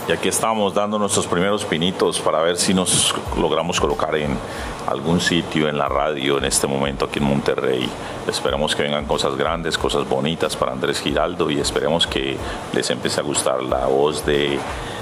Y aquí estamos dando nuestros primeros pinitos para ver si nos logramos colocar en algún sitio en la radio en este momento aquí en Monterrey. Esperemos que vengan cosas grandes, cosas bonitas para Andrés Giraldo y esperemos que les empiece a gustar la voz de